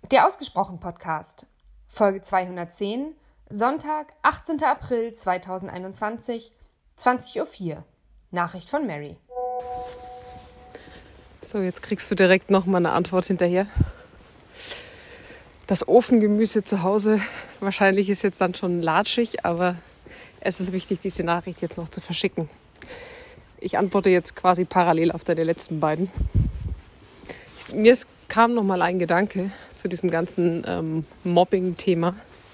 Der Ausgesprochen Podcast, Folge 210, Sonntag, 18. April 2021, 20:04 Uhr. Nachricht von Mary. So, jetzt kriegst du direkt nochmal eine Antwort hinterher. Das Ofengemüse zu Hause, wahrscheinlich ist jetzt dann schon latschig, aber es ist wichtig, diese Nachricht jetzt noch zu verschicken. Ich antworte jetzt quasi parallel auf deine letzten beiden. Kam nochmal ein Gedanke zu diesem ganzen Mobbing-Thema.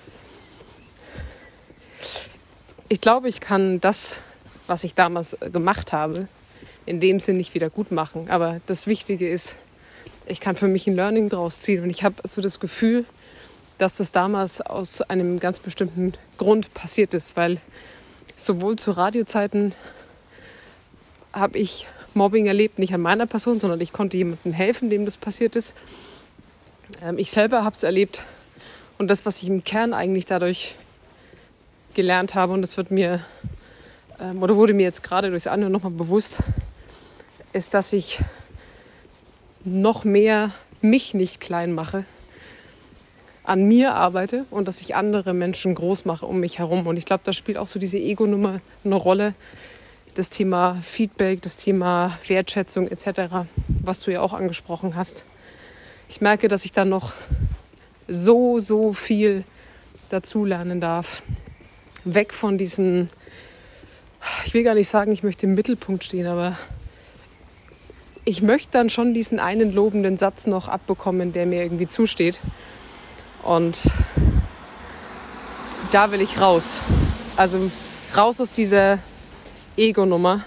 Ich glaube, ich kann das, was ich damals gemacht habe, in dem Sinn nicht wieder gut machen. Aber das Wichtige ist, ich kann für mich ein Learning draus ziehen. Und ich habe so das Gefühl, dass das damals aus einem ganz bestimmten Grund passiert ist. Weil sowohl zu Radiozeiten habe ich Mobbing erlebt, nicht an meiner Person, sondern ich konnte jemandem helfen, dem das passiert ist. Ich selber habe es erlebt. Und das, was ich im Kern eigentlich dadurch gelernt habe, und das wurde mir jetzt gerade durchs Anhören nochmal bewusst, ist, dass ich noch mehr mich nicht klein mache, an mir arbeite und dass ich andere Menschen groß mache um mich herum. Und ich glaube, da spielt auch so diese Ego-Nummer eine Rolle. Das Thema Feedback, das Thema Wertschätzung etc., was du ja auch angesprochen hast. Ich merke, dass ich da noch so viel dazulernen darf. Weg von diesen, ich will gar nicht sagen, ich möchte im Mittelpunkt stehen, aber ich möchte dann schon diesen einen lobenden Satz noch abbekommen, der mir irgendwie zusteht. Und da will ich raus. Also raus aus dieser Ego-Nummer,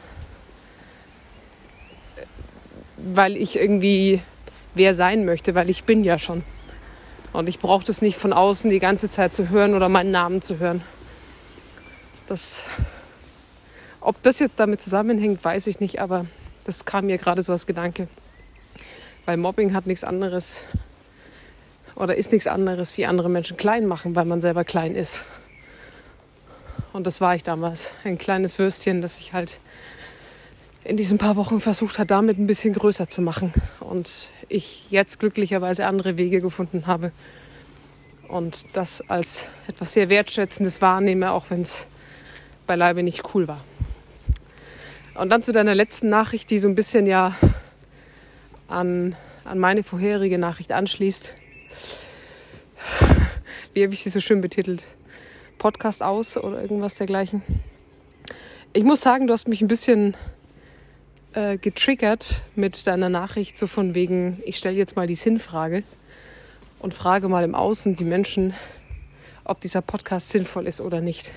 weil ich irgendwie wer sein möchte, weil ich bin ja schon. Und ich brauche das nicht von außen die ganze Zeit zu hören oder meinen Namen zu hören. Ob das jetzt damit zusammenhängt, weiß ich nicht, aber das kam mir gerade so als Gedanke. Weil Mobbing hat nichts anderes oder ist nichts anderes wie andere Menschen klein machen, weil man selber klein ist. Und das war ich damals. Ein kleines Würstchen, das ich halt in diesen paar Wochen versucht habe, damit ein bisschen größer zu machen. Und ich jetzt glücklicherweise andere Wege gefunden habe. Und das als etwas sehr Wertschätzendes wahrnehme, auch wenn es beileibe nicht cool war. Und dann zu deiner letzten Nachricht, die so ein bisschen ja an meine vorherige Nachricht anschließt. Wie habe ich sie so schön betitelt? Podcast aus oder irgendwas dergleichen. Ich muss sagen, du hast mich ein bisschen getriggert mit deiner Nachricht, so von wegen, ich stelle jetzt mal die Sinnfrage und frage mal im Außen die Menschen, ob dieser Podcast sinnvoll ist oder nicht.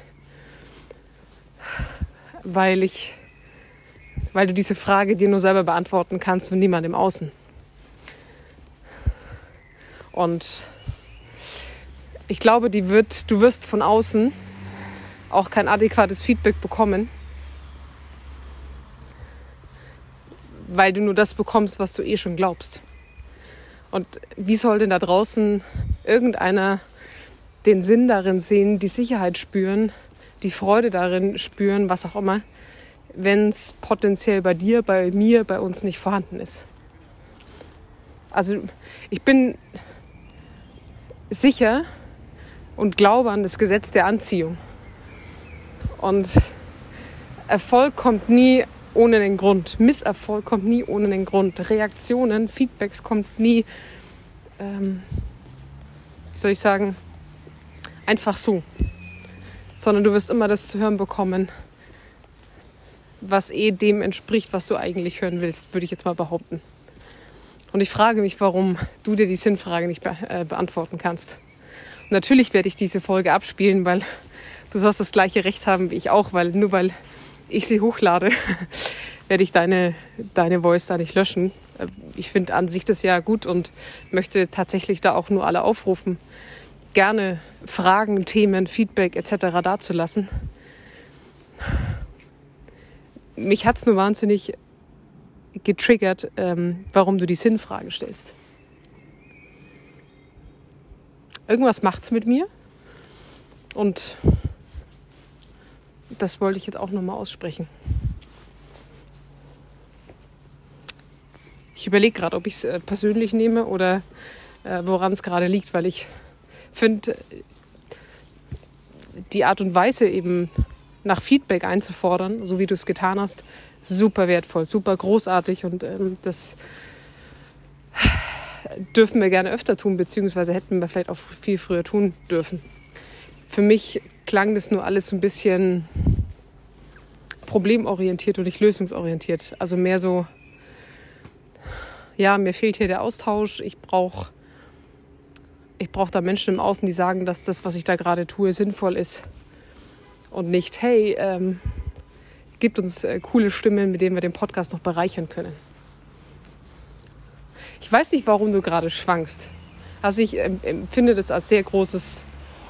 Weil du diese Frage dir nur selber beantworten kannst und niemand im Außen. Und ich glaube, du wirst von außen auch kein adäquates Feedback bekommen, weil du nur das bekommst, was du eh schon glaubst. Und wie soll denn da draußen irgendeiner den Sinn darin sehen, die Sicherheit spüren, die Freude darin spüren, was auch immer, wenn es potenziell bei dir, bei mir, bei uns nicht vorhanden ist? Also ich bin sicher und glaube an das Gesetz der Anziehung. Und Erfolg kommt nie ohne den Grund. Misserfolg kommt nie ohne den Grund. Reaktionen, Feedbacks kommt nie, einfach so. Sondern du wirst immer das zu hören bekommen, was dem entspricht, was du eigentlich hören willst, würde ich jetzt mal behaupten. Und ich frage mich, warum du dir die Sinnfrage nicht beantworten kannst. Und natürlich werde ich diese Folge abspielen, weil du sollst das gleiche Recht haben wie ich auch, weil nur weil ich sie hochlade, werde ich deine Voice da nicht löschen. Ich finde an sich das ja gut und möchte tatsächlich da auch nur alle aufrufen, gerne Fragen, Themen, Feedback etc. dazulassen. Mich hat es nur wahnsinnig getriggert, warum du die Sinnfrage stellst. Irgendwas macht's mit mir und das wollte ich jetzt auch nochmal aussprechen. Ich überlege gerade, ob ich es persönlich nehme oder woran es gerade liegt, weil ich finde, die Art und Weise eben nach Feedback einzufordern, so wie du es getan hast, super wertvoll, super großartig und das dürfen wir gerne öfter tun, beziehungsweise hätten wir vielleicht auch viel früher tun dürfen. Für mich klang das nur alles so ein bisschen problemorientiert und nicht lösungsorientiert. Also mehr so, ja, mir fehlt hier der Austausch. Ich brauche da Menschen im Außen, die sagen, dass das, was ich da gerade tue, sinnvoll ist. Und nicht, hey, gibt uns coole Stimmen, mit denen wir den Podcast noch bereichern können. Ich weiß nicht, warum du gerade schwankst. Also ich empfinde das als sehr großes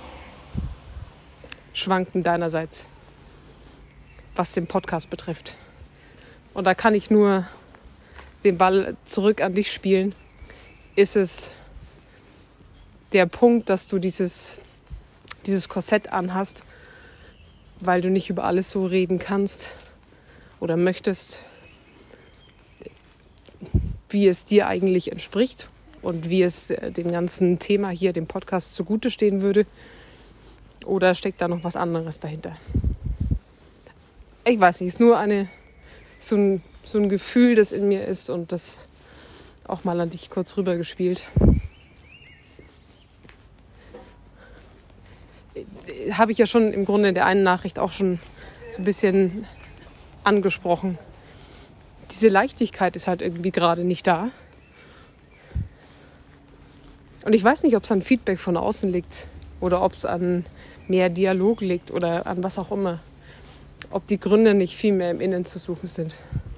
Schwanken deinerseits, was den Podcast betrifft. Und da kann ich nur den Ball zurück an dich spielen. Ist es der Punkt, dass du dieses Korsett anhast, weil du nicht über alles so reden kannst oder möchtest, wie es dir eigentlich entspricht und wie es dem ganzen Thema hier, dem Podcast, zugute stehen würde? Oder steckt da noch was anderes dahinter? Ich weiß nicht, es ist nur so ein Gefühl, das in mir ist und das auch mal an dich kurz rübergespielt. Habe ich ja schon im Grunde in der einen Nachricht auch schon so ein bisschen angesprochen. Diese Leichtigkeit ist halt irgendwie gerade nicht da. Und ich weiß nicht, ob es an Feedback von außen liegt oder ob es an mehr Dialog liegt oder an was auch immer. Ob die Gründe nicht viel mehr im Innen zu suchen sind.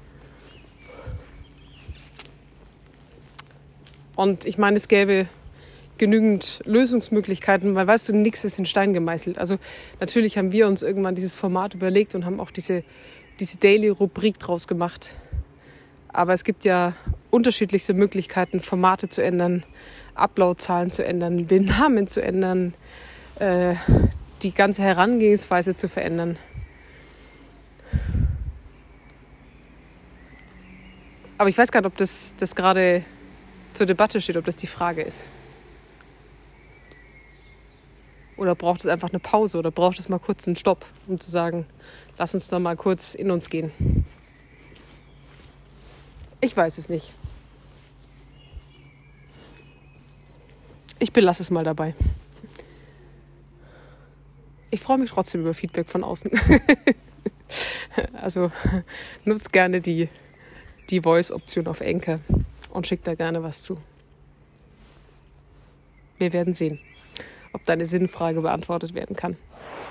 Und ich meine, es gäbe genügend Lösungsmöglichkeiten, weil, weißt du, nichts ist in Stein gemeißelt. Also natürlich haben wir uns irgendwann dieses Format überlegt und haben auch diese Daily-Rubrik draus gemacht. Aber es gibt ja unterschiedlichste Möglichkeiten, Formate zu ändern, Uploadzahlen zu ändern, den Namen zu ändern, die ganze Herangehensweise zu verändern. Aber ich weiß gar nicht, ob das gerade zur Debatte steht, ob das die Frage ist. Oder braucht es einfach eine Pause oder braucht es mal kurz einen Stopp, um zu sagen, lass uns doch mal kurz in uns gehen. Ich weiß es nicht. Ich belasse es mal dabei. Ich freue mich trotzdem über Feedback von außen. Also nutzt gerne die Voice-Option auf Anchor und schickt da gerne was zu. Wir werden sehen, ob deine Sinnfrage beantwortet werden kann.